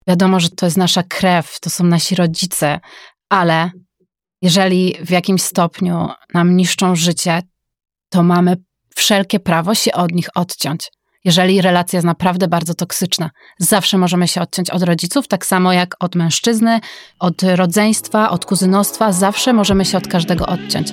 Wiadomo, że to jest nasza krew, to są nasi rodzice, ale jeżeli w jakimś stopniu nam niszczą życie, to mamy wszelkie prawo się od nich odciąć. Jeżeli relacja jest naprawdę bardzo toksyczna, zawsze możemy się odciąć od rodziców, tak samo jak od mężczyzny, od rodzeństwa, od kuzynostwa, zawsze możemy się od każdego odciąć.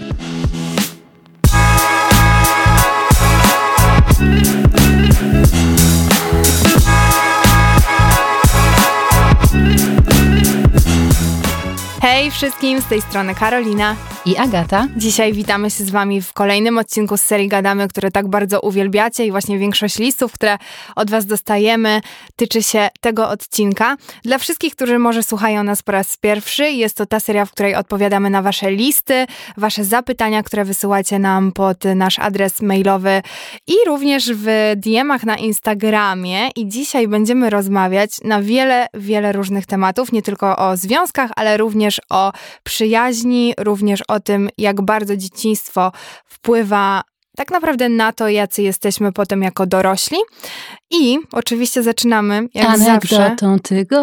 Hej wszystkim, z tej strony Karolina i Agata. Dzisiaj witamy się z wami w kolejnym odcinku z serii Gadamy, które tak bardzo uwielbiacie i właśnie większość listów, które od was dostajemy, tyczy się tego odcinka. Dla wszystkich, którzy może słuchają nas po raz pierwszy, jest to ta seria, w której odpowiadamy na wasze listy, wasze zapytania, które wysyłacie nam pod nasz adres mailowy i również w DM-ach na Instagramie. I dzisiaj będziemy rozmawiać na wiele różnych tematów, nie tylko o związkach, ale również o przyjaźni, również o tym, jak bardzo dzieciństwo wpływa tak naprawdę na to, jacy jesteśmy potem jako dorośli. I oczywiście zaczynamy, jak zawsze... Anegdotą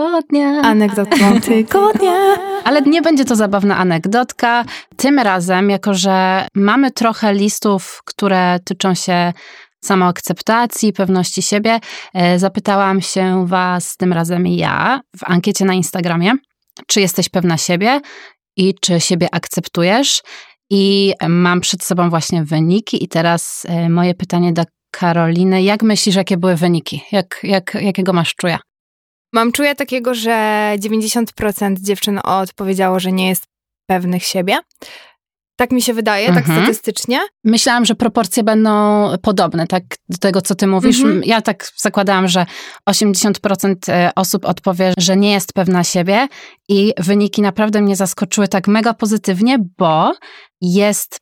tygodnia. Ale nie będzie to zabawna anegdotka. Tym razem, jako że mamy trochę listów, które tyczą się samoakceptacji, pewności siebie, zapytałam się was tym razem ja w ankiecie na Instagramie, czy jesteś pewna siebie i czy siebie akceptujesz. I mam przed sobą właśnie wyniki i teraz moje pytanie do Karoliny. Jak myślisz, jakie były wyniki? Jakiego masz czuja? Mam czuja takiego, że 90% dziewczyn odpowiedziało, że nie jest pewnych siebie. Tak mi się wydaje, tak statystycznie. Myślałam, że proporcje będą podobne, tak, do tego, co ty mówisz. Ja tak zakładałam, że 80% osób odpowie, że nie jest pewna siebie i wyniki naprawdę mnie zaskoczyły tak mega pozytywnie, bo jest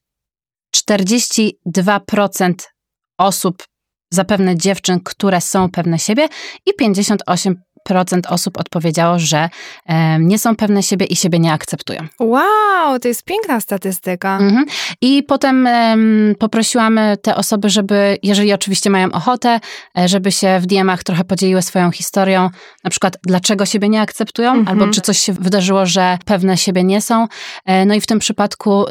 42% osób, zapewne dziewczyn, które są pewne siebie i 58% osób odpowiedziało, że nie są pewne siebie i siebie nie akceptują. Wow, to jest piękna statystyka. I potem poprosiłam te osoby, żeby, jeżeli oczywiście mają ochotę, żeby się w DM-ach trochę podzieliły swoją historią, na przykład dlaczego siebie nie akceptują, albo czy coś się wydarzyło, że pewne siebie nie są. No i w tym przypadku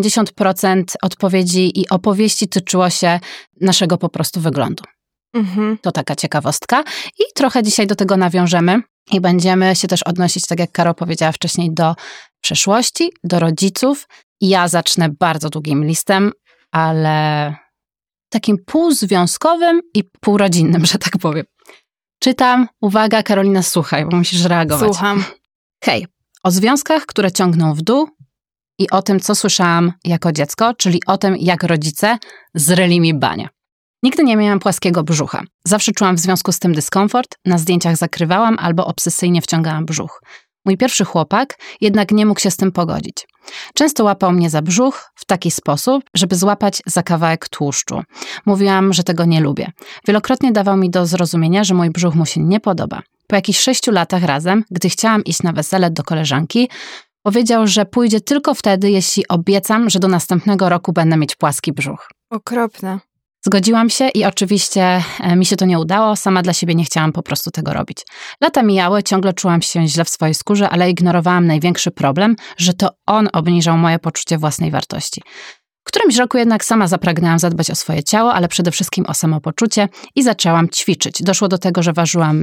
90% odpowiedzi i opowieści tyczyło się naszego po prostu wyglądu. To taka ciekawostka i trochę dzisiaj do tego nawiążemy i będziemy się też odnosić, tak jak Karo powiedziała wcześniej, do przeszłości, do rodziców. I ja zacznę bardzo długim listem, ale takim półzwiązkowym i półrodzinnym, że tak powiem. Czytam, uwaga Karolina, słuchaj, bo musisz reagować. Słucham. Hej, o związkach, które ciągną w dół i o tym, co słyszałam jako dziecko, czyli o tym, jak rodzice zryli mi banie. Nigdy nie miałam płaskiego brzucha. Zawsze czułam w związku z tym dyskomfort, na zdjęciach zakrywałam albo obsesyjnie wciągałam brzuch. Mój pierwszy chłopak jednak nie mógł się z tym pogodzić. Często łapał mnie za brzuch w taki sposób, żeby złapać za kawałek tłuszczu. Mówiłam, że tego nie lubię. Wielokrotnie dawał mi do zrozumienia, że mój brzuch mu się nie podoba. Po jakichś 6 latach razem, gdy chciałam iść na wesele do koleżanki, powiedział, że pójdzie tylko wtedy, jeśli obiecam, że do następnego roku będę mieć płaski brzuch. Okropne. Zgodziłam się i oczywiście mi się to nie udało, sama dla siebie nie chciałam po prostu tego robić. Lata mijały, ciągle czułam się źle w swojej skórze, ale ignorowałam największy problem, że to on obniżał moje poczucie własnej wartości. W którymś roku jednak sama zapragnęłam zadbać o swoje ciało, ale przede wszystkim o samopoczucie i zaczęłam ćwiczyć. Doszło do tego, że ważyłam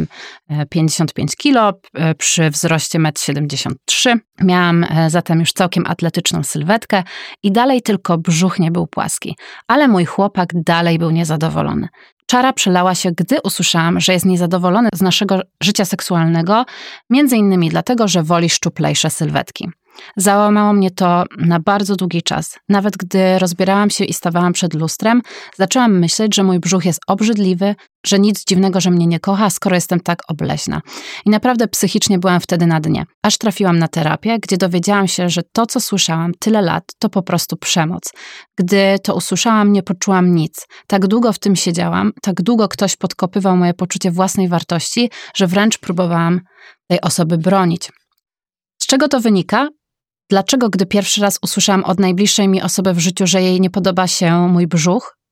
55 kg przy wzroście 1,73 m. Miałam zatem już całkiem atletyczną sylwetkę i dalej tylko brzuch nie był płaski. Ale mój chłopak dalej był niezadowolony. Czara przelała się, gdy usłyszałam, że jest niezadowolony z naszego życia seksualnego, między innymi dlatego, że woli szczuplejsze sylwetki. Załamało mnie to na bardzo długi czas. Nawet gdy rozbierałam się i stawałam przed lustrem, zaczęłam myśleć, że mój brzuch jest obrzydliwy, że nic dziwnego, że mnie nie kocha, skoro jestem tak obleśna. I naprawdę psychicznie byłam wtedy na dnie. Aż trafiłam na terapię, gdzie dowiedziałam się, że to, co słyszałam tyle lat, to po prostu przemoc. Gdy to usłyszałam, nie poczułam nic. Tak długo w tym siedziałam, tak długo ktoś podkopywał moje poczucie własnej wartości, że wręcz próbowałam tej osoby bronić. Z czego to wynika? Dlaczego, gdy pierwszy raz usłyszałam od najbliższej mi osoby w życiu, że jej nie podoba się mój brzuch,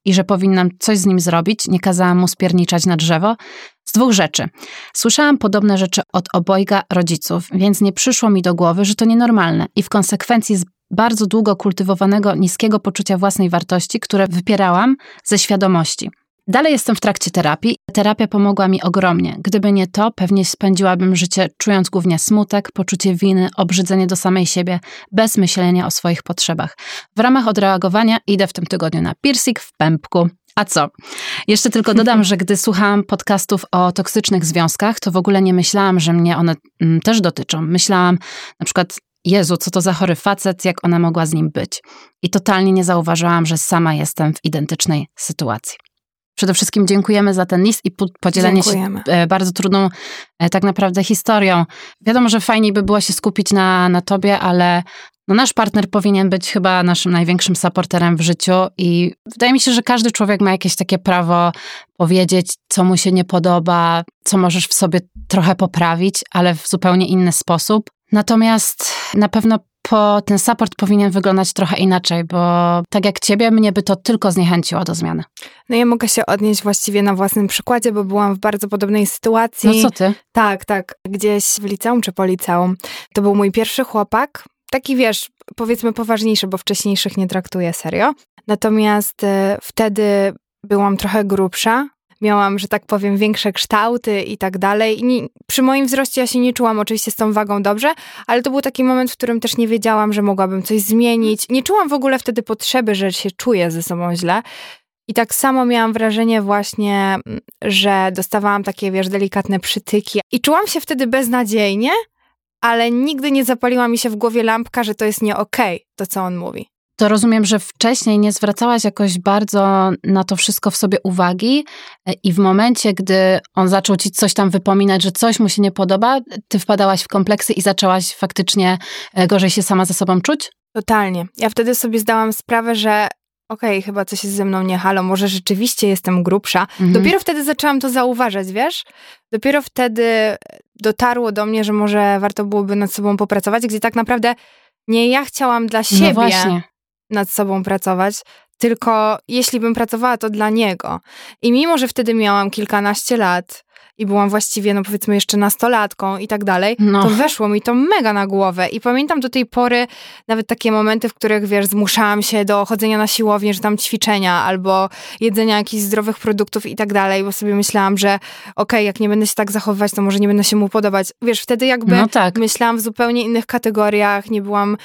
i że powinnam coś z nim zrobić, nie kazałam mu spierniczać na drzewo. Z 2 rzeczy. Słyszałam podobne rzeczy od obojga rodziców, więc nie przyszło mi do głowy, że to nienormalne i w konsekwencji z bardzo długo kultywowanego niskiego poczucia własnej wartości, które wypierałam ze świadomości. Dalej jestem w trakcie terapii. Terapia pomogła mi ogromnie. Gdyby nie to, pewnie spędziłabym życie czując głównie smutek, poczucie winy, obrzydzenie do samej siebie, bez myślenia o swoich potrzebach. W ramach odreagowania idę w tym tygodniu na piercing w pępku. A co? Jeszcze tylko dodam, że gdy słuchałam podcastów o toksycznych związkach, to w ogóle nie myślałam, że mnie one też dotyczą. Myślałam na przykład, Jezu, co to za chory facet, jak ona mogła z nim być. I totalnie nie zauważyłam, że sama jestem w identycznej sytuacji. Przede wszystkim dziękujemy za ten list i podzielenie się bardzo trudną tak naprawdę historią. Wiadomo, że fajniej by było się skupić na tobie, ale nasz partner powinien być chyba naszym największym supporterem w życiu i wydaje mi się, że każdy człowiek ma jakieś takie prawo powiedzieć, co mu się nie podoba, co możesz w sobie trochę poprawić, ale w zupełnie inny sposób. Natomiast na pewno ten support powinien wyglądać trochę inaczej, bo tak jak ciebie, mnie by to tylko zniechęciło do zmiany. No ja mogę się odnieść właściwie na własnym przykładzie, bo byłam w bardzo podobnej sytuacji. No co ty? Tak. Gdzieś w liceum czy po liceum. To był mój pierwszy chłopak. Taki wiesz, powiedzmy poważniejszy, bo wcześniejszych nie traktuję serio. Natomiast wtedy byłam trochę grubsza. Miałam, że tak powiem, większe kształty i tak dalej. I przy moim wzroście ja się nie czułam oczywiście z tą wagą dobrze, ale to był taki moment, w którym też nie wiedziałam, że mogłabym coś zmienić. Nie czułam w ogóle wtedy potrzeby, że się czuję ze sobą źle. I tak samo miałam wrażenie właśnie, że dostawałam takie, wiesz, delikatne przytyki. I czułam się wtedy beznadziejnie, ale nigdy nie zapaliła mi się w głowie lampka, że to jest nie okej, to co on mówi. To rozumiem, że wcześniej nie zwracałaś jakoś bardzo na to wszystko w sobie uwagi i w momencie, gdy on zaczął ci coś tam wypominać, że coś mu się nie podoba, ty wpadałaś w kompleksy i zaczęłaś faktycznie gorzej się sama ze sobą czuć? Totalnie. Ja wtedy sobie zdałam sprawę, że okej, chyba coś jest ze mną nie halo, może rzeczywiście jestem grubsza. Dopiero wtedy zaczęłam to zauważać, wiesz? Dopiero wtedy dotarło do mnie, że może warto byłoby nad sobą popracować, gdzie tak naprawdę nie ja chciałam dla siebie nad sobą pracować, tylko jeśli bym pracowała, to dla niego. I mimo, że wtedy miałam kilkanaście lat i byłam właściwie, no powiedzmy jeszcze nastolatką i tak dalej, to weszło mi to mega na głowę. I pamiętam do tej pory nawet takie momenty, w których, wiesz, zmuszałam się do chodzenia na siłownię, że tam ćwiczenia albo jedzenia jakichś zdrowych produktów i tak dalej, bo sobie myślałam, że okej, jak nie będę się tak zachowywać, to może nie będę się mu podobać. Wiesz, wtedy jakby myślałam w zupełnie innych kategoriach, nie byłam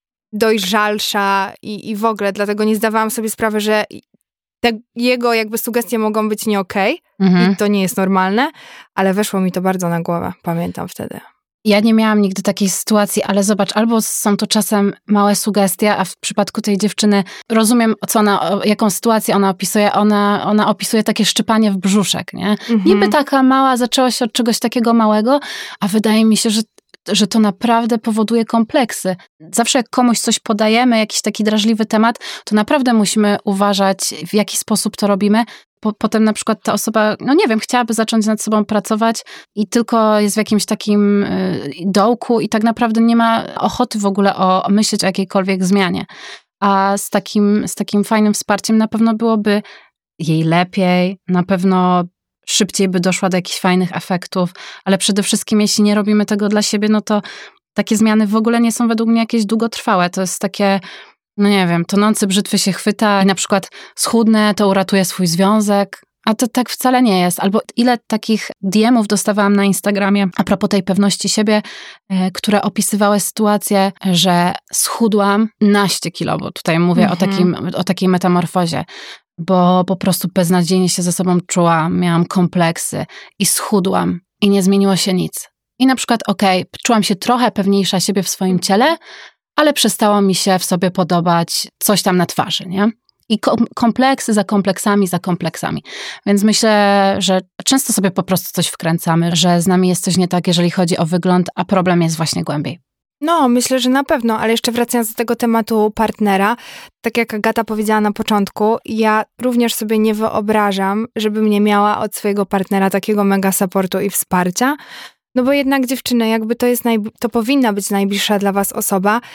dojrzalsza i w ogóle, dlatego nie zdawałam sobie sprawy, że jego jakby sugestie mogą być nie okej i to nie jest normalne, ale weszło mi to bardzo na głowę, pamiętam wtedy. Ja nie miałam nigdy takiej sytuacji, ale zobacz, albo są to czasem małe sugestie, a w przypadku tej dziewczyny rozumiem, jaką sytuację ona opisuje. Ona opisuje takie szczypanie w brzuszek, nie? Niby taka mała, zaczęła się od czegoś takiego małego, a wydaje mi się, że to naprawdę powoduje kompleksy. Zawsze jak komuś coś podajemy, jakiś taki drażliwy temat, to naprawdę musimy uważać, w jaki sposób to robimy. Potem na przykład ta osoba, no nie wiem, chciałaby zacząć nad sobą pracować i tylko jest w jakimś takim dołku i tak naprawdę nie ma ochoty w ogóle myśleć o jakiejkolwiek zmianie. A z takim fajnym wsparciem na pewno byłoby jej lepiej, na pewno szybciej by doszła do jakichś fajnych efektów, ale przede wszystkim jeśli nie robimy tego dla siebie, no to takie zmiany w ogóle nie są według mnie jakieś długotrwałe. To jest takie, no nie wiem, tonący brzytwy się chwyta i na przykład schudnę, to uratuje swój związek, a to tak wcale nie jest. Albo ile takich DM-ów dostawałam na Instagramie a propos tej pewności siebie, które opisywały sytuację, że schudłam 11 kilo, bo tutaj mówię o takiej metamorfozie, bo po prostu beznadziejnie się ze sobą czułam, miałam kompleksy i schudłam i nie zmieniło się nic. I na przykład, czułam się trochę pewniejsza siebie w swoim ciele, ale przestało mi się w sobie podobać coś tam na twarzy, nie? I kompleksy za kompleksami. Więc myślę, że często sobie po prostu coś wkręcamy, że z nami jest coś nie tak, jeżeli chodzi o wygląd, a problem jest właśnie głębiej. No, myślę, że na pewno, ale jeszcze wracając do tego tematu partnera, tak jak Agata powiedziała na początku, ja również sobie nie wyobrażam, żebym nie miała od swojego partnera takiego mega supportu i wsparcia, no bo jednak dziewczyny, jakby to powinna być najbliższa dla was osoba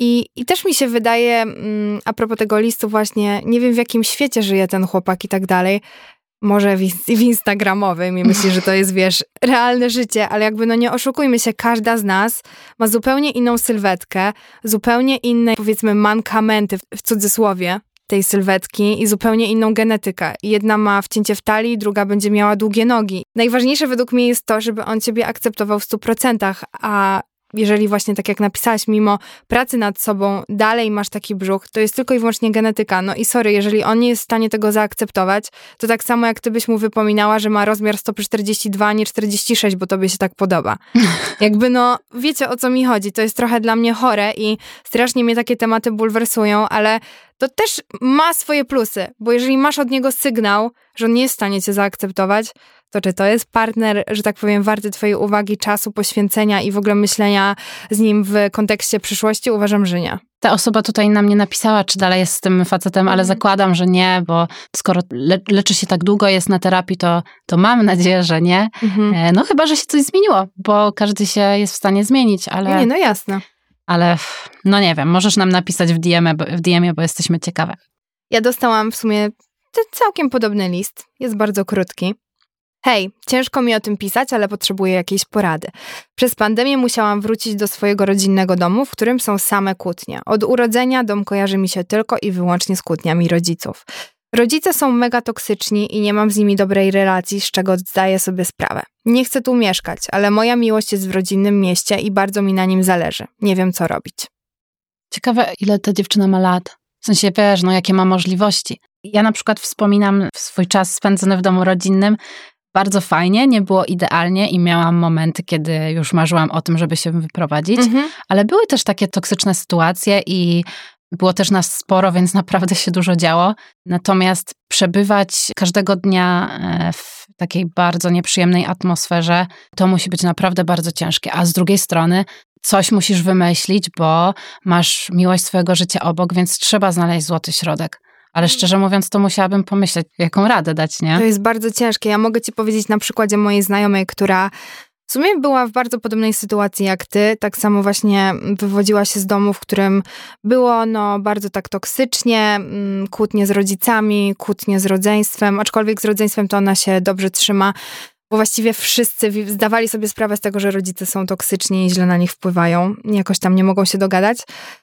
I też mi się wydaje, a propos tego listu właśnie, nie wiem w jakim świecie żyje ten chłopak i tak dalej, może w instagramowym i myślę, że to jest, wiesz, realne życie, ale jakby nie oszukujmy się, każda z nas ma zupełnie inną sylwetkę, zupełnie inne, powiedzmy, mankamenty w cudzysłowie tej sylwetki i zupełnie inną genetykę. Jedna ma wcięcie w talii, druga będzie miała długie nogi. Najważniejsze według mnie jest to, żeby on ciebie akceptował w 100%, a jeżeli właśnie tak jak napisałaś, mimo pracy nad sobą dalej masz taki brzuch, to jest tylko i wyłącznie genetyka. No i sorry, jeżeli on nie jest w stanie tego zaakceptować, to tak samo jak ty byś mu wypominała, że ma rozmiar stopy 42, a nie 46, bo tobie się tak podoba. Jakby wiecie o co mi chodzi. To jest trochę dla mnie chore i strasznie mnie takie tematy bulwersują, ale to też ma swoje plusy, bo jeżeli masz od niego sygnał, że on nie jest w stanie cię zaakceptować, to czy to jest partner, że tak powiem, warty twojej uwagi, czasu, poświęcenia i w ogóle myślenia z nim w kontekście przyszłości? Uważam, że nie. Ta osoba tutaj nam nie napisała, czy dalej jest z tym facetem, ale zakładam, że nie, bo skoro leczy się tak długo, jest na terapii, to mam nadzieję, że nie. No chyba, że się coś zmieniło, bo każdy się jest w stanie zmienić, ale... Nie, no jasne. Ale nie wiem, możesz nam napisać w DM-ie, bo jesteśmy ciekawe. Ja dostałam w sumie całkiem podobny list. Jest bardzo krótki. Hej, ciężko mi o tym pisać, ale potrzebuję jakiejś porady. Przez pandemię musiałam wrócić do swojego rodzinnego domu, w którym są same kłótnie. Od urodzenia dom kojarzy mi się tylko i wyłącznie z kłótniami rodziców. Rodzice są mega toksyczni i nie mam z nimi dobrej relacji, z czego zdaję sobie sprawę. Nie chcę tu mieszkać, ale moja miłość jest w rodzinnym mieście i bardzo mi na nim zależy. Nie wiem, co robić. Ciekawe, ile ta dziewczyna ma lat. W sensie, wiesz, jakie ma możliwości. Ja na przykład wspominam swój czas spędzony w domu rodzinnym. Bardzo fajnie, nie było idealnie i miałam momenty, kiedy już marzyłam o tym, żeby się wyprowadzić, ale były też takie toksyczne sytuacje i było też nas sporo, więc naprawdę się dużo działo. Natomiast przebywać każdego dnia w takiej bardzo nieprzyjemnej atmosferze, to musi być naprawdę bardzo ciężkie. A z drugiej strony coś musisz wymyślić, bo masz miłość swojego życia obok, więc trzeba znaleźć złoty środek. Ale szczerze mówiąc, to musiałabym pomyśleć, jaką radę dać, nie? To jest bardzo ciężkie. Ja mogę ci powiedzieć na przykładzie mojej znajomej, która w sumie była w bardzo podobnej sytuacji jak ty. Tak samo właśnie wywodziła się z domu, w którym było bardzo tak toksycznie, kłótnie z rodzicami, kłótnie z rodzeństwem, aczkolwiek z rodzeństwem to ona się dobrze trzyma, bo właściwie wszyscy zdawali sobie sprawę z tego, że rodzice są toksyczni i źle na nich wpływają. Jakoś tam nie mogą się dogadać.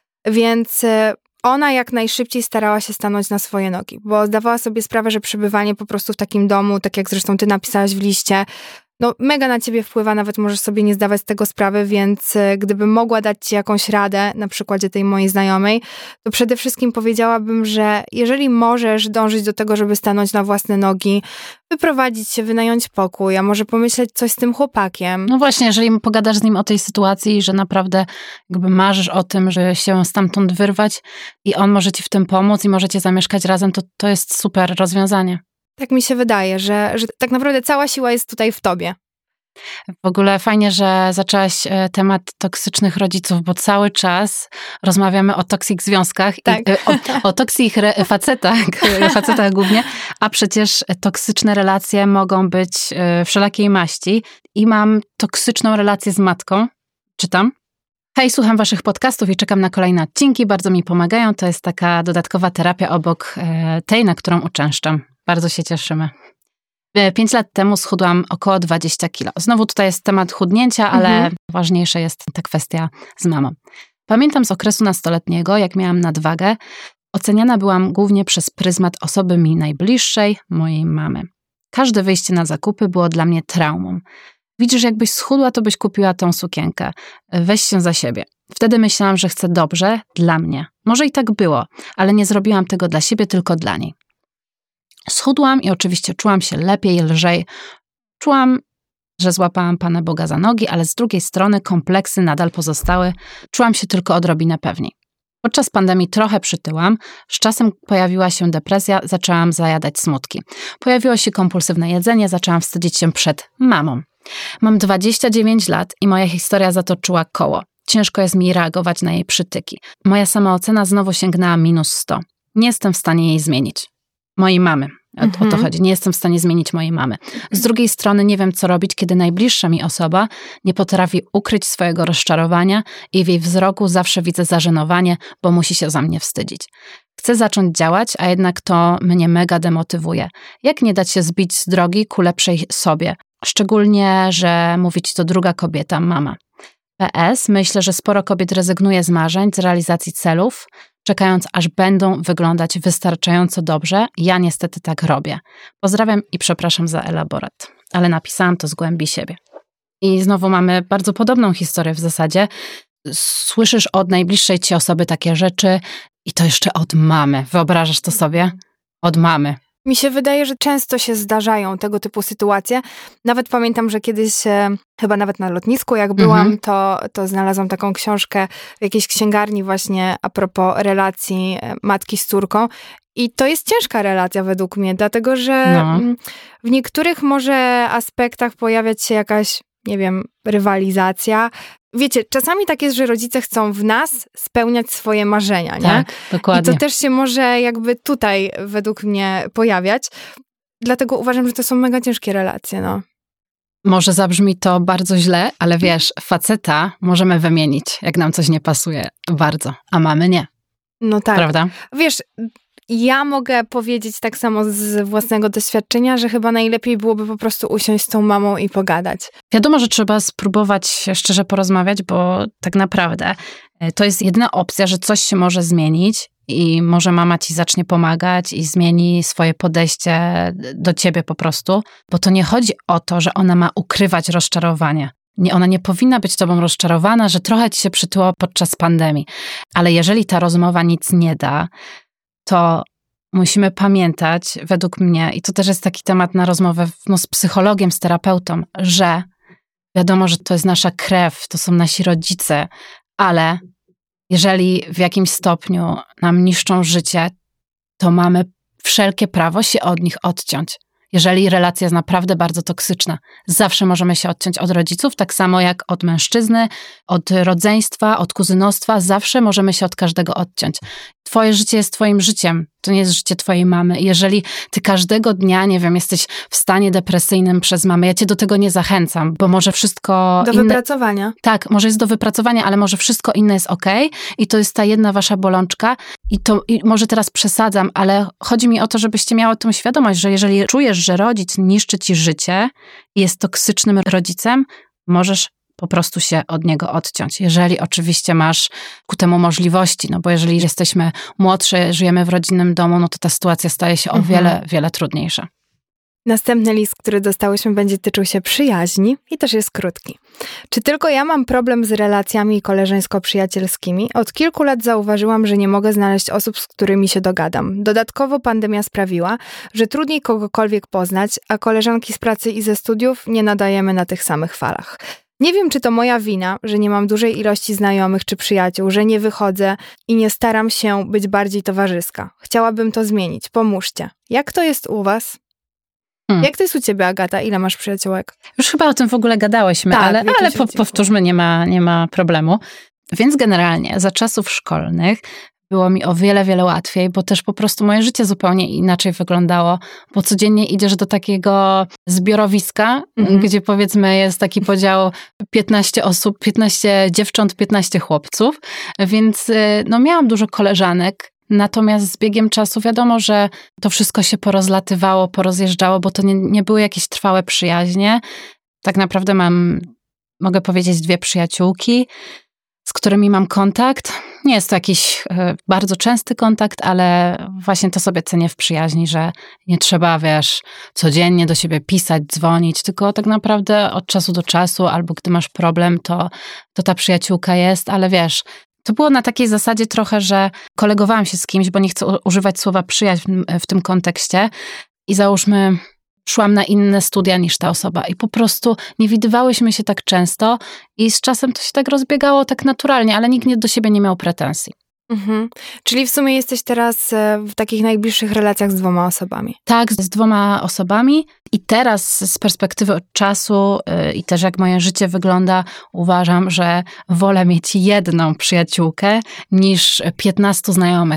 Więc ona jak najszybciej starała się stanąć na swoje nogi, bo zdawała sobie sprawę, że przebywanie po prostu w takim domu, tak jak zresztą ty napisałaś w liście, mega na ciebie wpływa, nawet możesz sobie nie zdawać z tego sprawy, więc gdybym mogła dać ci jakąś radę, na przykładzie tej mojej znajomej, to przede wszystkim powiedziałabym, że jeżeli możesz dążyć do tego, żeby stanąć na własne nogi, wyprowadzić się, wynająć pokój, a może pomyśleć coś z tym chłopakiem. No właśnie, jeżeli pogadasz z nim o tej sytuacji, że naprawdę jakby marzysz o tym, że się stamtąd wyrwać i on może ci w tym pomóc i możecie zamieszkać razem, to jest super rozwiązanie. Tak mi się wydaje, że tak naprawdę cała siła jest tutaj w tobie. W ogóle fajnie, że zaczęłaś temat toksycznych rodziców, bo cały czas rozmawiamy o toksik związkach, tak. I o toksik facetach głównie, a przecież toksyczne relacje mogą być wszelakiej maści i mam toksyczną relację z matką. Czytam. Hej, słucham waszych podcastów i czekam na kolejne odcinki, bardzo mi pomagają, to jest taka dodatkowa terapia obok tej, na którą uczęszczam. Bardzo się cieszymy. 5 lat temu schudłam około 20 kilo. Znowu tutaj jest temat chudnięcia, ale ważniejsza jest ta kwestia z mamą. Pamiętam z okresu nastoletniego, jak miałam nadwagę, oceniana byłam głównie przez pryzmat osoby mi najbliższej, mojej mamy. Każde wyjście na zakupy było dla mnie traumą. Widzisz, jakbyś schudła, to byś kupiła tą sukienkę. Weź się za siebie. Wtedy myślałam, że chcę dobrze dla mnie. Może i tak było, ale nie zrobiłam tego dla siebie, tylko dla niej. Schudłam i oczywiście czułam się lepiej, lżej. Czułam, że złapałam Pana Boga za nogi, ale z drugiej strony kompleksy nadal pozostały. Czułam się tylko odrobinę pewniej. Podczas pandemii trochę przytyłam, z czasem pojawiła się depresja, zaczęłam zajadać smutki. Pojawiło się kompulsywne jedzenie, zaczęłam wstydzić się przed mamą. Mam 29 lat i moja historia zatoczyła koło. Ciężko jest mi reagować na jej przytyki. Moja samoocena znowu sięgnęła -100. Nie jestem w stanie jej zmienić. Mojej mamy. O to chodzi. Nie jestem w stanie zmienić mojej mamy. Z drugiej strony nie wiem, co robić, kiedy najbliższa mi osoba nie potrafi ukryć swojego rozczarowania i w jej wzroku zawsze widzę zażenowanie, bo musi się za mnie wstydzić. Chcę zacząć działać, a jednak to mnie mega demotywuje. Jak nie dać się zbić z drogi ku lepszej sobie? Szczególnie, że mówić to druga kobieta, mama. PS, myślę, że sporo kobiet rezygnuje z marzeń, z realizacji celów, czekając, aż będą wyglądać wystarczająco dobrze. Ja niestety tak robię. Pozdrawiam i przepraszam za elaborat, ale napisałam to z głębi siebie. I znowu mamy bardzo podobną historię w zasadzie. Słyszysz od najbliższej ci osoby takie rzeczy i to jeszcze od mamy. Wyobrażasz to sobie? Od mamy. Mi się wydaje, że często się zdarzają tego typu sytuacje. Nawet pamiętam, że kiedyś, chyba nawet na lotnisku jak byłam, to znalazłam taką książkę w jakiejś księgarni właśnie a propos relacji matki z córką. I to jest ciężka relacja według mnie, dlatego że w niektórych może aspektach pojawiać się jakaś, nie wiem, rywalizacja. Wiecie, czasami tak jest, że rodzice chcą w nas spełniać swoje marzenia, nie? Tak, dokładnie. I to też się może jakby tutaj według mnie pojawiać. Dlatego uważam, że to są mega ciężkie relacje, no. Może zabrzmi to bardzo źle, ale wiesz, faceta możemy wymienić, jak nam coś nie pasuje bardzo, a mamy nie. No tak. Prawda? Wiesz, ja mogę powiedzieć tak samo z własnego doświadczenia, że chyba najlepiej byłoby po prostu usiąść z tą mamą i pogadać. Wiadomo, że trzeba spróbować szczerze porozmawiać, bo tak naprawdę to jest jedyna opcja, że coś się może zmienić i może mama ci zacznie pomagać i zmieni swoje podejście do ciebie po prostu, bo to nie chodzi o to, że ona ma ukrywać rozczarowanie. Ona nie powinna być tobą rozczarowana, że trochę ci się przytyło podczas pandemii. Ale jeżeli ta rozmowa nic nie da, to musimy pamiętać, według mnie, i to też jest taki temat na rozmowę z psychologiem, z terapeutą, że wiadomo, że to jest nasza krew, to są nasi rodzice, ale jeżeli w jakimś stopniu nam niszczą życie, to mamy wszelkie prawo się od nich odciąć. Jeżeli relacja jest naprawdę bardzo toksyczna, zawsze możemy się odciąć od rodziców, tak samo jak od mężczyzny, od rodzeństwa, od kuzynostwa, zawsze możemy się od każdego odciąć. Twoje życie jest twoim życiem, to nie jest życie twojej mamy. Jeżeli ty każdego dnia, nie wiem, jesteś w stanie depresyjnym przez mamę, ja cię do tego nie zachęcam, bo może wszystko do wypracowania. Tak, może jest do wypracowania, ale może wszystko inne jest okej i to jest ta jedna wasza bolączka i może teraz przesadzam, ale chodzi mi o to, żebyście miały tą świadomość, że jeżeli czujesz, że rodzic niszczy ci życie i jest toksycznym rodzicem, możesz po prostu się od niego odciąć. Jeżeli oczywiście masz ku temu możliwości, no bo jeżeli jesteśmy młodsze, żyjemy w rodzinnym domu, no to ta sytuacja staje się o wiele, wiele trudniejsza. Następny list, który dostałyśmy, będzie tyczył się przyjaźni i też jest krótki. Czy tylko ja mam problem z relacjami koleżeńsko-przyjacielskimi? Od kilku lat zauważyłam, że nie mogę znaleźć osób, z którymi się dogadam. Dodatkowo pandemia sprawiła, że trudniej kogokolwiek poznać, a koleżanki z pracy i ze studiów nie nadajemy na tych samych falach. Nie wiem, czy to moja wina, że nie mam dużej ilości znajomych czy przyjaciół, że nie wychodzę i nie staram się być bardziej towarzyska. Chciałabym to zmienić. Pomóżcie. Jak to jest u was? Jak to jest u ciebie, Agata? Ile masz przyjaciółek? Już chyba o tym w ogóle gadałyśmy, tak, ale powtórzmy, nie ma problemu. Więc generalnie za czasów szkolnych było mi o wiele, wiele łatwiej, bo też po prostu moje życie zupełnie inaczej wyglądało, bo codziennie idziesz do takiego zbiorowiska, gdzie powiedzmy jest taki podział 15 osób, 15 dziewcząt, 15 chłopców, więc no miałam dużo koleżanek. Natomiast z biegiem czasu wiadomo, że to wszystko się porozlatywało, porozjeżdżało, bo to nie były jakieś trwałe przyjaźnie. Tak naprawdę mogę powiedzieć 2 przyjaciółki, z którymi mam kontakt. Nie jest to jakiś bardzo częsty kontakt, ale właśnie to sobie cenię w przyjaźni, że nie trzeba, wiesz, codziennie do siebie pisać, dzwonić, tylko tak naprawdę od czasu do czasu, albo gdy masz problem, to ta przyjaciółka jest, ale wiesz, to było na takiej zasadzie trochę, że kolegowałam się z kimś, bo nie chcę używać słowa przyjaźń w tym kontekście i załóżmy szłam na inne studia niż ta osoba i po prostu nie widywałyśmy się tak często i z czasem to się tak rozbiegało tak naturalnie, ale nikt do siebie nie miał pretensji. Czyli w sumie jesteś teraz w takich najbliższych relacjach z 2 osobami. Tak, z 2 osobami i teraz z perspektywy od czasu i też jak moje życie wygląda, uważam, że wolę mieć jedną przyjaciółkę niż 15 znajomych.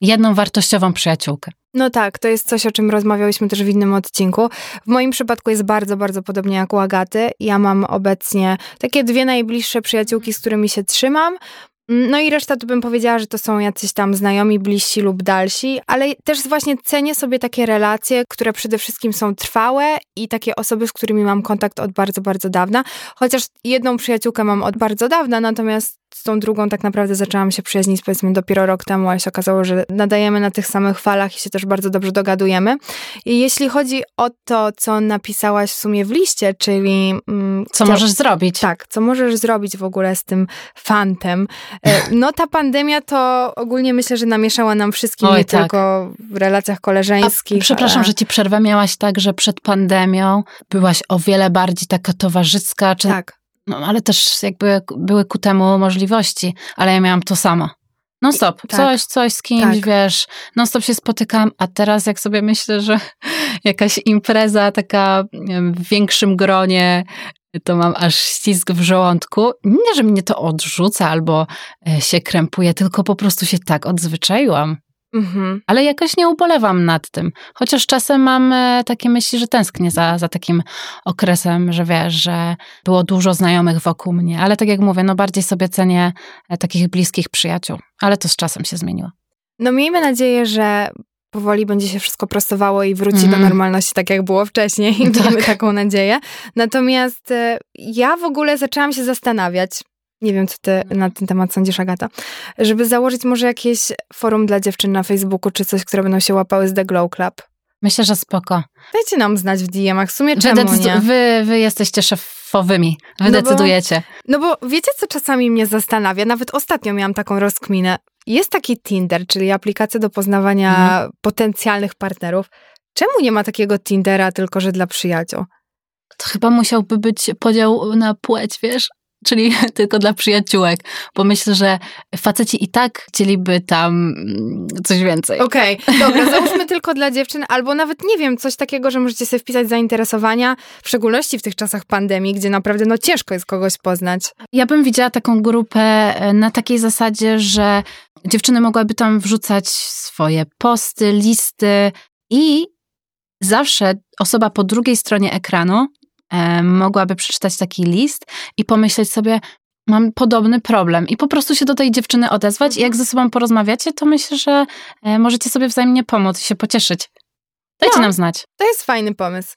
jedną wartościową przyjaciółkę. No tak, to jest coś, o czym rozmawiałyśmy też w innym odcinku. W moim przypadku jest bardzo, bardzo podobnie jak u Agaty. Ja mam obecnie takie 2 najbliższe przyjaciółki, z którymi się trzymam. No i reszta to bym powiedziała, że to są jacyś tam znajomi, bliżsi lub dalsi, ale też właśnie cenię sobie takie relacje, które przede wszystkim są trwałe i takie osoby, z którymi mam kontakt od bardzo, bardzo dawna. Chociaż jedną przyjaciółkę mam od bardzo dawna, natomiast z tą drugą tak naprawdę zaczęłam się przyjaźnić powiedzmy dopiero rok temu, ale się okazało, że nadajemy na tych samych falach i się też bardzo dobrze dogadujemy. I jeśli chodzi o to, co napisałaś w sumie w liście, czyli... Co możesz zrobić? Tak, co możesz zrobić w ogóle z tym fantem. No ta pandemia to ogólnie myślę, że namieszała nam wszystkim, nie tak. tylko w relacjach koleżeńskich. Przepraszam, że ci przerwę. Miałaś tak, że przed pandemią byłaś o wiele bardziej taka towarzyska, czy... Tak. No, ale też jakby były ku temu możliwości, ale ja miałam to samo. Non stop, Tak. coś z kimś, Tak. wiesz, non stop się spotykam, a teraz jak sobie myślę, że jakaś impreza taka w większym gronie, to mam aż ścisk w żołądku. Nie, że mnie to odrzuca albo się krępuje, tylko po prostu się tak odzwyczaiłam. Mhm. Ale jakoś nie ubolewam nad tym. Chociaż czasem mam takie myśli, że tęsknię za takim okresem, że wiesz, że było dużo znajomych wokół mnie. Ale tak jak mówię, no bardziej sobie cenię takich bliskich przyjaciół. Ale to z czasem się zmieniło. No miejmy nadzieję, że powoli będzie się wszystko prostowało i wróci do normalności tak, jak było wcześniej. Tak. Mamy taką nadzieję. Natomiast ja w ogóle zaczęłam się zastanawiać, nie wiem, co ty na ten temat sądzisz, Agata, żeby założyć może jakieś forum dla dziewczyn na Facebooku, czy coś, które będą się łapały z The Glow Club. Myślę, że spoko. Dajcie nam znać w DM-ach, w sumie czemu nie? Wy jesteście szefowymi, wy decydujecie. No bo wiecie, co czasami mnie zastanawia? Nawet ostatnio miałam taką rozkminę. Jest taki Tinder, czyli aplikacja do poznawania potencjalnych partnerów. Czemu nie ma takiego Tindera, tylko że dla przyjaciół? To chyba musiałby być podział na płeć, wiesz? Czyli tylko dla przyjaciółek, bo myślę, że faceci i tak chcieliby tam coś więcej. Okej, dobra, załóżmy tylko dla dziewczyn, albo nawet, nie wiem, coś takiego, że możecie sobie wpisać zainteresowania, w szczególności w tych czasach pandemii, gdzie naprawdę ciężko jest kogoś poznać. Ja bym widziała taką grupę na takiej zasadzie, że dziewczyny mogłyby tam wrzucać swoje posty, listy i zawsze osoba po drugiej stronie ekranu mogłaby przeczytać taki list i pomyśleć sobie, mam podobny problem i po prostu się do tej dziewczyny odezwać i jak ze sobą porozmawiacie, to myślę, że możecie sobie wzajemnie pomóc i się pocieszyć. Dajcie nam znać. To jest fajny pomysł.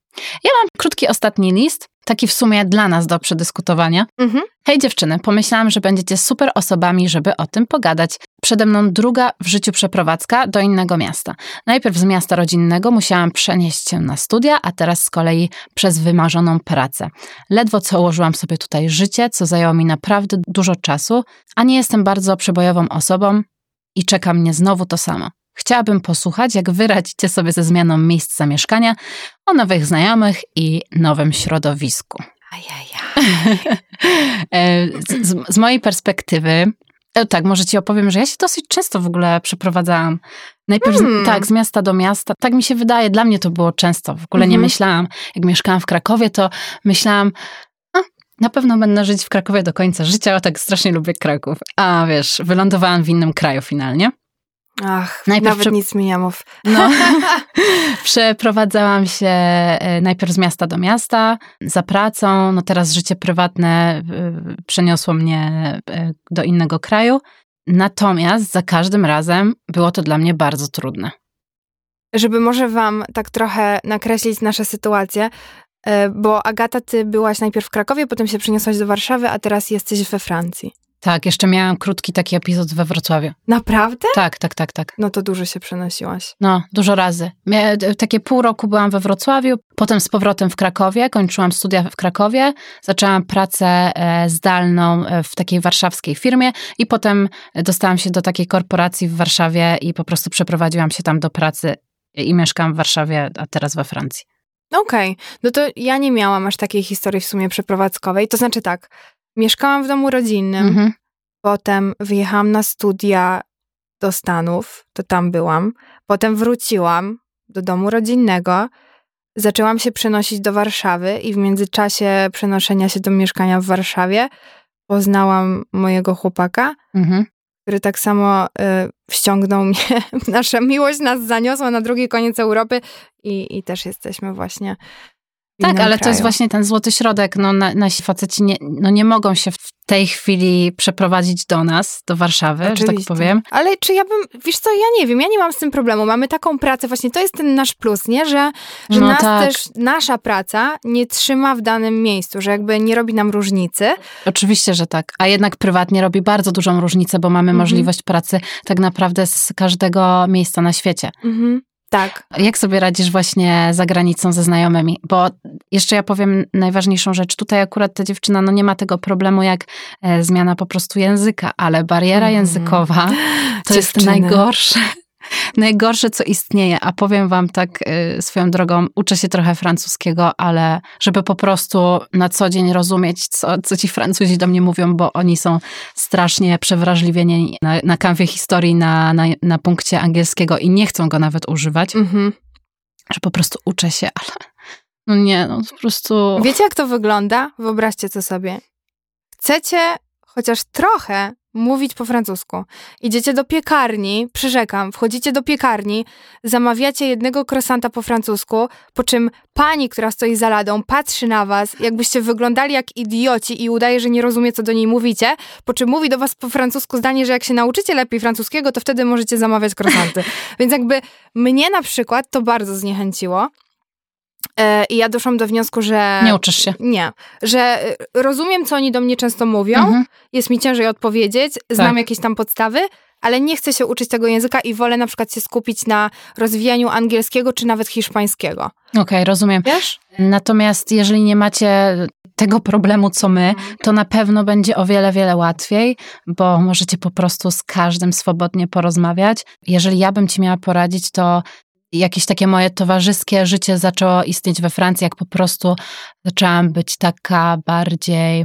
Ja mam krótki ostatni list, taki w sumie dla nas do przedyskutowania. Hej dziewczyny, pomyślałam, że będziecie super osobami, żeby o tym pogadać. Przede mną druga w życiu przeprowadzka do innego miasta. Najpierw z miasta rodzinnego musiałam przenieść się na studia, a teraz z kolei przez wymarzoną pracę. Ledwo co ułożyłam sobie tutaj życie, co zajęło mi naprawdę dużo czasu, a nie jestem bardzo przebojową osobą i czeka mnie znowu to samo. Chciałabym posłuchać, jak wy radzicie sobie ze zmianą miejsc zamieszkania, o nowych znajomych i nowym środowisku. Z mojej perspektywy, tak, może ci opowiem, że ja się dosyć często w ogóle przeprowadzałam. Najpierw z miasta do miasta. Tak mi się wydaje, dla mnie to było często. W ogóle nie myślałam, jak mieszkałam w Krakowie, to myślałam, na pewno będę żyć w Krakowie do końca życia, a tak strasznie lubię Kraków. A wiesz, wylądowałam w innym kraju finalnie. Ach, nawet nic mi nie mów. No, przeprowadzałam się najpierw z miasta do miasta za pracą, no teraz życie prywatne przeniosło mnie do innego kraju. Natomiast za każdym razem było to dla mnie bardzo trudne. Żeby może wam tak trochę nakreślić nasze sytuacje, bo Agata, ty byłaś najpierw w Krakowie, potem się przeniosłaś do Warszawy, a teraz jesteś we Francji. Tak, jeszcze miałam krótki taki epizod we Wrocławiu. Naprawdę? Tak. No to dużo się przenosiłaś. No, dużo razy. Takie pół roku byłam we Wrocławiu, potem z powrotem w Krakowie, kończyłam studia w Krakowie, zaczęłam pracę zdalną w takiej warszawskiej firmie i potem dostałam się do takiej korporacji w Warszawie i po prostu przeprowadziłam się tam do pracy i mieszkam w Warszawie, a teraz we Francji. Okej, no to ja nie miałam aż takiej historii w sumie przeprowadzkowej. To znaczy tak, mieszkałam w domu rodzinnym, potem wyjechałam na studia do Stanów, to tam byłam, potem wróciłam do domu rodzinnego, zaczęłam się przenosić do Warszawy i w międzyczasie przenoszenia się do mieszkania w Warszawie poznałam mojego chłopaka, który tak samo wściągnął mnie. Nasza miłość nas zaniosła na drugi koniec Europy i też jesteśmy właśnie w tak, innym ale kraju. to jest właśnie ten złoty środek. No, nasi faceci nie mogą się w tej chwili przeprowadzić do nas, do Warszawy, Oczywiście. że tak powiem. Ale czy wiesz co, ja nie wiem, ja nie mam z tym problemu. Mamy taką pracę, właśnie to jest ten nasz plus, nie? Że No nas tak. też, nasza praca nie trzyma w danym miejscu, że jakby nie robi nam różnicy. Oczywiście, że tak. A jednak prywatnie robi bardzo dużą różnicę, bo mamy możliwość pracy tak naprawdę z każdego miejsca na świecie. Tak. Jak sobie radzisz właśnie za granicą ze znajomymi? Bo jeszcze ja powiem najważniejszą rzecz. Tutaj akurat ta dziewczyna nie ma tego problemu jak zmiana po prostu języka, ale bariera językowa to jest najgorsze, co istnieje. A powiem wam tak swoją drogą, uczę się trochę francuskiego, ale żeby po prostu na co dzień rozumieć, co ci Francuzi do mnie mówią, bo oni są strasznie przewrażliwieni na kanwie historii, na punkcie angielskiego i nie chcą go nawet używać, że po prostu uczę się, ale po prostu... Wiecie, jak to wygląda? Wyobraźcie to sobie. Chcecie chociaż trochę mówić po francusku. Idziecie do piekarni, przyrzekam, wchodzicie do piekarni, zamawiacie jednego croissanta po francusku, po czym pani, która stoi za ladą, patrzy na was, jakbyście wyglądali jak idioci i udaje, że nie rozumie, co do niej mówicie, po czym mówi do was po francusku zdanie, że jak się nauczycie lepiej francuskiego, to wtedy możecie zamawiać croissanty. Więc jakby mnie na przykład to bardzo zniechęciło. I ja doszłam do wniosku, że... Nie uczysz się. Nie. Że rozumiem, co oni do mnie często mówią, jest mi ciężej odpowiedzieć, znam jakieś tam podstawy, ale nie chcę się uczyć tego języka i wolę na przykład się skupić na rozwijaniu angielskiego, czy nawet hiszpańskiego. Okej, rozumiem. Wiesz? Natomiast jeżeli nie macie tego problemu, co my, to na pewno będzie o wiele, wiele łatwiej, bo możecie po prostu z każdym swobodnie porozmawiać. Jeżeli ja bym ci miała poradzić, to jakieś takie moje towarzyskie życie zaczęło istnieć we Francji, jak po prostu zaczęłam być taka bardziej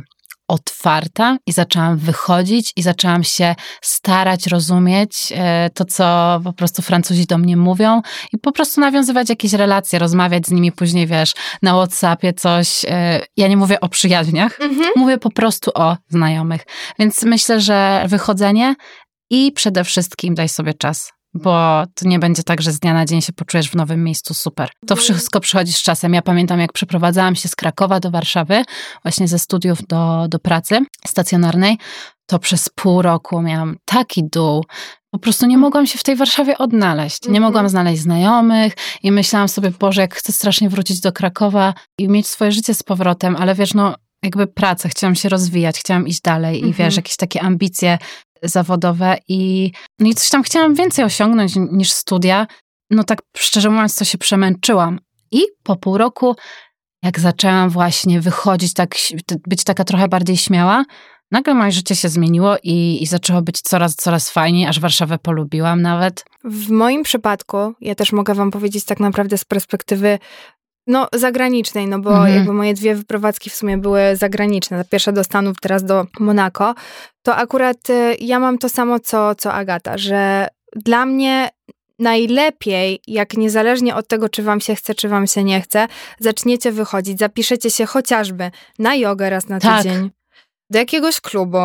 otwarta i zaczęłam wychodzić i zaczęłam się starać rozumieć to, co po prostu Francuzi do mnie mówią i po prostu nawiązywać jakieś relacje, rozmawiać z nimi później, wiesz, na WhatsAppie coś. Ja nie mówię o przyjaźniach, mówię po prostu o znajomych. Więc myślę, że wychodzenie i przede wszystkim daj sobie czas. Bo to nie będzie tak, że z dnia na dzień się poczujesz w nowym miejscu super. To wszystko przychodzi z czasem. Ja pamiętam, jak przeprowadzałam się z Krakowa do Warszawy, właśnie ze studiów do pracy stacjonarnej, to przez pół roku miałam taki dół. Po prostu nie mogłam się w tej Warszawie odnaleźć. Nie mogłam znaleźć znajomych i myślałam sobie, Boże, jak chcę strasznie wrócić do Krakowa i mieć swoje życie z powrotem, ale wiesz, jakby pracę, chciałam się rozwijać, chciałam iść dalej i wiesz, jakieś takie ambicje zawodowe i coś tam chciałam więcej osiągnąć niż studia. Tak szczerze mówiąc, to się przemęczyłam. I po pół roku, jak zaczęłam właśnie wychodzić, być taka trochę bardziej śmiała, nagle moje życie się zmieniło i zaczęło być coraz fajniej, aż Warszawę polubiłam nawet. W moim przypadku, ja też mogę wam powiedzieć tak naprawdę z perspektywy zagranicznej, bo jakby moje 2 wyprowadzki w sumie były zagraniczne. Ta pierwsza do Stanów, teraz do Monako. To akurat ja mam to samo, co Agata, że dla mnie najlepiej, jak niezależnie od tego, czy wam się chce, czy wam się nie chce, zaczniecie wychodzić, zapiszecie się chociażby na jogę raz na tydzień. Do jakiegoś klubu,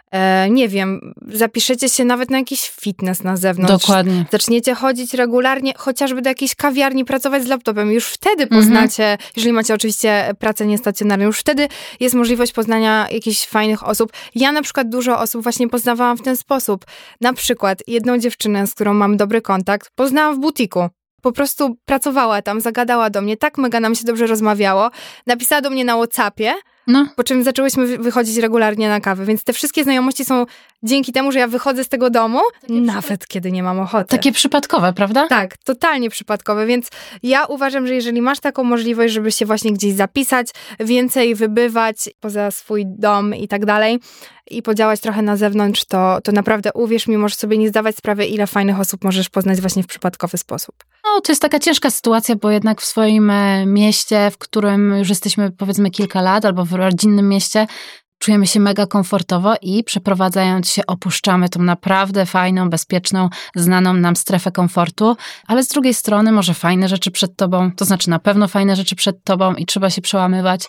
nie wiem, zapiszecie się nawet na jakiś fitness na zewnątrz. Dokładnie. Zaczniecie chodzić regularnie, chociażby do jakiejś kawiarni, pracować z laptopem. Już wtedy poznacie, jeżeli macie oczywiście pracę niestacjonarną, już wtedy jest możliwość poznania jakichś fajnych osób. Ja na przykład dużo osób właśnie poznawałam w ten sposób. Na przykład jedną dziewczynę, z którą mam dobry kontakt, poznałam w butiku. Po prostu pracowała tam, zagadała do mnie, tak mega nam się dobrze rozmawiało. Napisała do mnie na WhatsAppie, po czym zaczęłyśmy wychodzić regularnie na kawę. Więc te wszystkie znajomości są dzięki temu, że ja wychodzę z tego domu, nawet kiedy nie mam ochoty. Takie przypadkowe, prawda? Tak, totalnie przypadkowe. Więc ja uważam, że jeżeli masz taką możliwość, żeby się właśnie gdzieś zapisać, więcej wybywać poza swój dom i tak dalej i podziałać trochę na zewnątrz, to naprawdę uwierz mi, możesz sobie nie zdawać sprawy, ile fajnych osób możesz poznać właśnie w przypadkowy sposób. To jest taka ciężka sytuacja, bo jednak w swoim mieście, w którym już jesteśmy powiedzmy kilka lat, albo w rodzinnym mieście, czujemy się mega komfortowo i przeprowadzając się opuszczamy tą naprawdę fajną, bezpieczną, znaną nam strefę komfortu, ale z drugiej strony może fajne rzeczy przed tobą, to znaczy na pewno fajne rzeczy przed tobą i trzeba się przełamywać,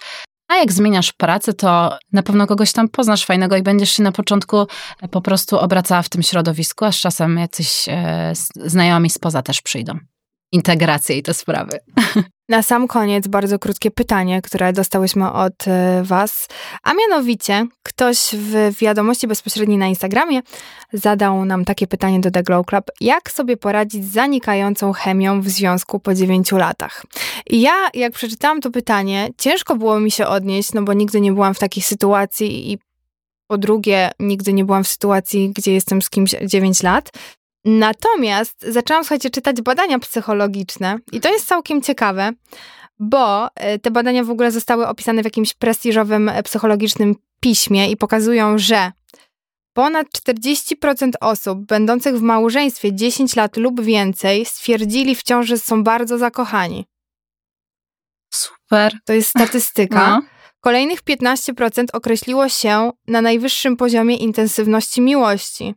A jak zmieniasz pracę, to na pewno kogoś tam poznasz fajnego i będziesz się na początku po prostu obracała w tym środowisku, a z czasem jacyś znajomi spoza też przyjdą. Integracje i te sprawy. Na sam koniec bardzo krótkie pytanie, które dostałyśmy od was, a mianowicie ktoś w wiadomości bezpośredniej na Instagramie zadał nam takie pytanie do The Glow Club. Jak sobie poradzić z zanikającą chemią w związku po 9 latach? I ja, jak przeczytałam to pytanie, ciężko było mi się odnieść, no bo nigdy nie byłam w takiej sytuacji i po drugie, nigdy nie byłam w sytuacji, gdzie jestem z kimś 9 lat. Natomiast zaczęłam, słuchajcie, czytać badania psychologiczne i to jest całkiem ciekawe, bo te badania w ogóle zostały opisane w jakimś prestiżowym psychologicznym piśmie i pokazują, że ponad 40% osób będących w małżeństwie 10 lat lub więcej stwierdzili wciąż, że są bardzo zakochani. Super. To jest statystyka. No. Kolejnych 15% określiło się na najwyższym poziomie intensywności miłości.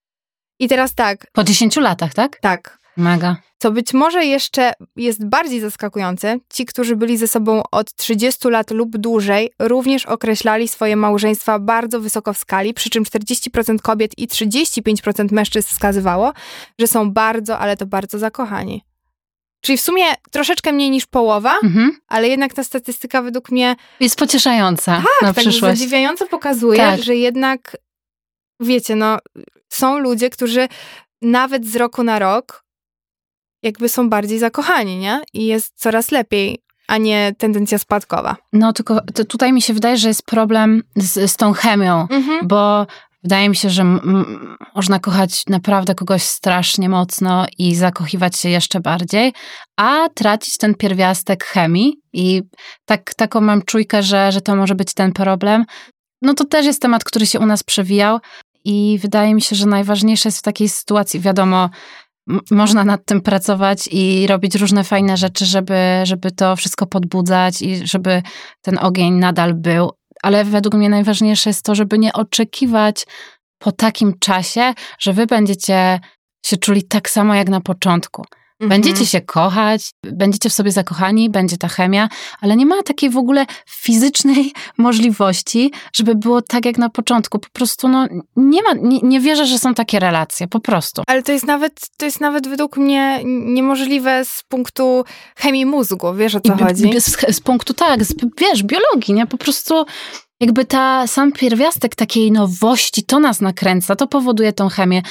I teraz tak. Po 10 latach, tak? Tak. Mega. Co być może jeszcze jest bardziej zaskakujące, ci, którzy byli ze sobą od 30 lat lub dłużej, również określali swoje małżeństwa bardzo wysoko w skali, przy czym 40% kobiet i 35% mężczyzn wskazywało, że są bardzo, ale to bardzo zakochani. Czyli w sumie troszeczkę mniej niż połowa, ale jednak ta statystyka według mnie jest pocieszająca na przyszłość. Tak zadziwiająco pokazuje, że jednak, wiecie, no, są ludzie, którzy nawet z roku na rok jakby są bardziej zakochani, nie? I jest coraz lepiej, a nie tendencja spadkowa. No, tylko tutaj mi się wydaje, że jest problem z tą chemią, bo wydaje mi się, że można kochać naprawdę kogoś strasznie mocno i zakochiwać się jeszcze bardziej, a tracić ten pierwiastek chemii i taką mam czujkę, że to może być ten problem. No to też jest temat, który się u nas przewijał i wydaje mi się, że najważniejsze jest w takiej sytuacji, wiadomo, można nad tym pracować i robić różne fajne rzeczy, żeby to wszystko podbudzać i żeby ten ogień nadal był. Ale według mnie najważniejsze jest to, żeby nie oczekiwać po takim czasie, że wy będziecie się czuli tak samo jak na początku. Będziecie się kochać, będziecie w sobie zakochani, będzie ta chemia, ale nie ma takiej w ogóle fizycznej możliwości, żeby było tak jak na początku. Po prostu nie wierzę, że są takie relacje, po prostu. Ale to jest nawet według mnie niemożliwe z punktu chemii mózgu, wiesz o co chodzi? Z punktu, wiesz, biologii, nie? Po prostu jakby sam pierwiastek takiej nowości, to nas nakręca, to powoduje tą chemię,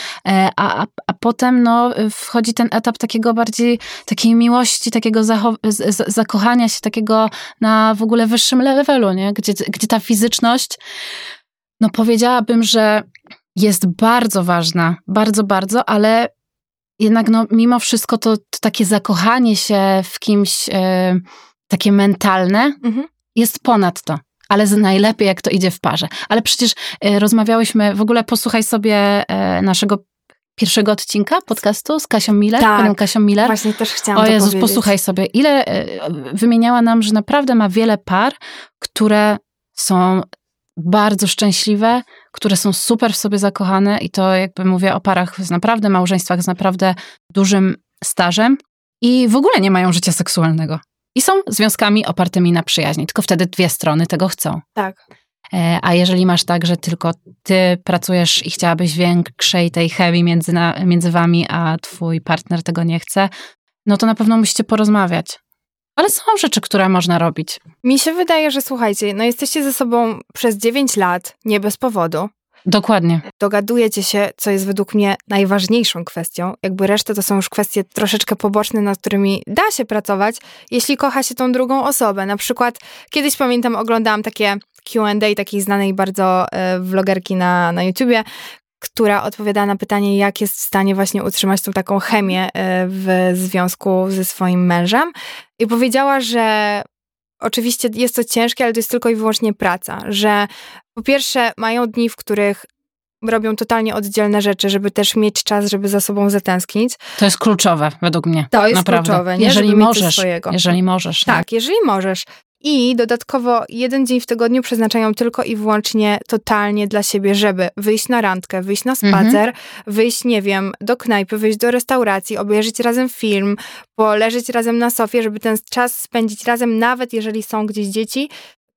a potem wchodzi ten etap takiego bardziej, takiej miłości, takiego zakochania się, takiego na w ogóle wyższym levelu, nie? Gdzie ta fizyczność, powiedziałabym, że jest bardzo ważna, bardzo, bardzo, ale jednak mimo wszystko to takie zakochanie się w kimś, takie mentalne, jest ponad to. Ale najlepiej, jak to idzie w parze. Ale przecież rozmawiałyśmy, w ogóle posłuchaj sobie naszego pierwszego odcinka podcastu z Kasią Miller, panią Kasią Miller. Właśnie też chciałam to powiedzieć. Posłuchaj sobie, ile wymieniała nam, że naprawdę ma wiele par, które są bardzo szczęśliwe, które są super w sobie zakochane i to jakby mówię o parach z naprawdę, małżeństwach z naprawdę dużym stażem i w ogóle nie mają życia seksualnego. I są związkami opartymi na przyjaźni, tylko wtedy dwie strony tego chcą. Tak. A jeżeli masz tak, że tylko ty pracujesz i chciałabyś większej tej chemii między wami, a twój partner tego nie chce, to na pewno musicie porozmawiać. Ale są rzeczy, które można robić. Mi się wydaje, że słuchajcie, jesteście ze sobą przez 9 lat, nie bez powodu. Dokładnie. Dogadujecie się, co jest według mnie najważniejszą kwestią. Jakby resztę to są już kwestie troszeczkę poboczne, nad którymi da się pracować, jeśli kocha się tą drugą osobę. Na przykład kiedyś pamiętam, oglądałam takie Q&A takiej znanej bardzo vlogerki na YouTubie, która odpowiadała na pytanie, jak jest w stanie właśnie utrzymać tą taką chemię w związku ze swoim mężem. I powiedziała, że oczywiście jest to ciężkie, ale to jest tylko i wyłącznie praca, że po pierwsze mają dni, w których robią totalnie oddzielne rzeczy, żeby też mieć czas, żeby za sobą zatęsknić. To jest kluczowe według mnie. To jest naprawdę kluczowe, nie? Jeżeli żeby możesz. mieć coś swojego. Jeżeli możesz. Tak, jeżeli możesz. I dodatkowo 1 dzień w tygodniu przeznaczają tylko i wyłącznie totalnie dla siebie, żeby wyjść na randkę, wyjść na spacer, wyjść, nie wiem, do knajpy, wyjść do restauracji, obejrzeć razem film, poleżeć razem na sofie, żeby ten czas spędzić razem, nawet jeżeli są gdzieś dzieci,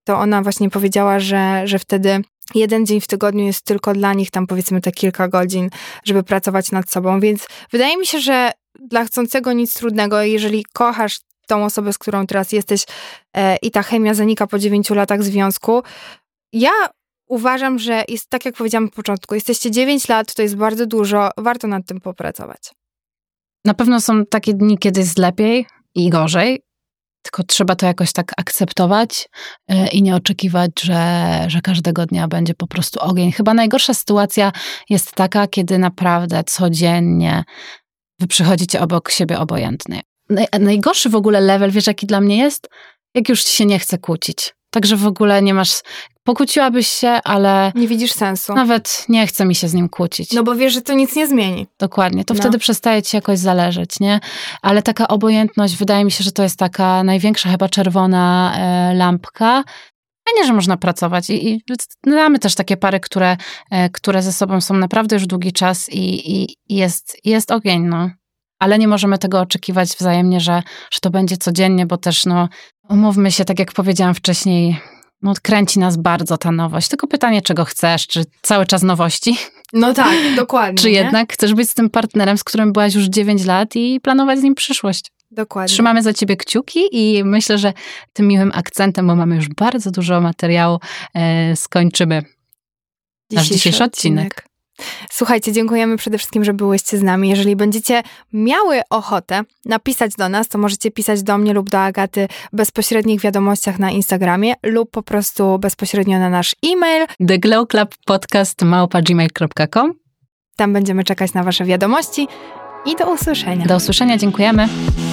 to ona właśnie powiedziała, że wtedy jeden dzień w tygodniu jest tylko dla nich, tam powiedzmy te kilka godzin, żeby pracować nad sobą. Więc wydaje mi się, że dla chcącego nic trudnego, jeżeli kochasz tą osobę, z którą teraz jesteś i ta chemia zanika po 9 latach związku, ja uważam, że jest tak, jak powiedziałam na początku, jesteście 9 lat, to jest bardzo dużo, warto nad tym popracować. Na pewno są takie dni, kiedy jest lepiej i gorzej, tylko trzeba to jakoś tak akceptować i nie oczekiwać, że każdego dnia będzie po prostu ogień. Chyba najgorsza sytuacja jest taka, kiedy naprawdę codziennie wy przychodzicie obok siebie obojętnie. Najgorszy w ogóle level, wiesz jaki dla mnie jest? Jak już ci się nie chce kłócić. Także w ogóle nie masz... Pokłóciłabyś się, ale... Nie widzisz sensu. Nawet nie chce mi się z nim kłócić. No bo wiesz, że to nic nie zmieni. Dokładnie. To wtedy przestaje ci jakoś zależeć, nie? Ale taka obojętność, wydaje mi się, że to jest taka największa chyba czerwona lampka. Fajnie, że można pracować i mamy też takie pary, które ze sobą są naprawdę już długi czas i jest ogień, no. Ale nie możemy tego oczekiwać wzajemnie, że to będzie codziennie, bo też, no, umówmy się, tak jak powiedziałam wcześniej, no, kręci nas bardzo ta nowość. Tylko pytanie, czego chcesz? Czy cały czas nowości? No tak, dokładnie. Czy jednak chcesz być z tym partnerem, z którym byłaś już 9 lat i planować z nim przyszłość? Dokładnie. Trzymamy za ciebie kciuki i myślę, że tym miłym akcentem, bo mamy już bardzo dużo materiału, skończymy nasz dzisiejszy odcinek. Słuchajcie, dziękujemy przede wszystkim, że byłyście z nami. Jeżeli będziecie miały ochotę napisać do nas, to możecie pisać do mnie lub do Agaty w bezpośrednich wiadomościach na Instagramie lub po prostu bezpośrednio na nasz e-mail theglowclubpodcast@gmail.com. Tam będziemy czekać na wasze wiadomości i do usłyszenia. Do usłyszenia, dziękujemy.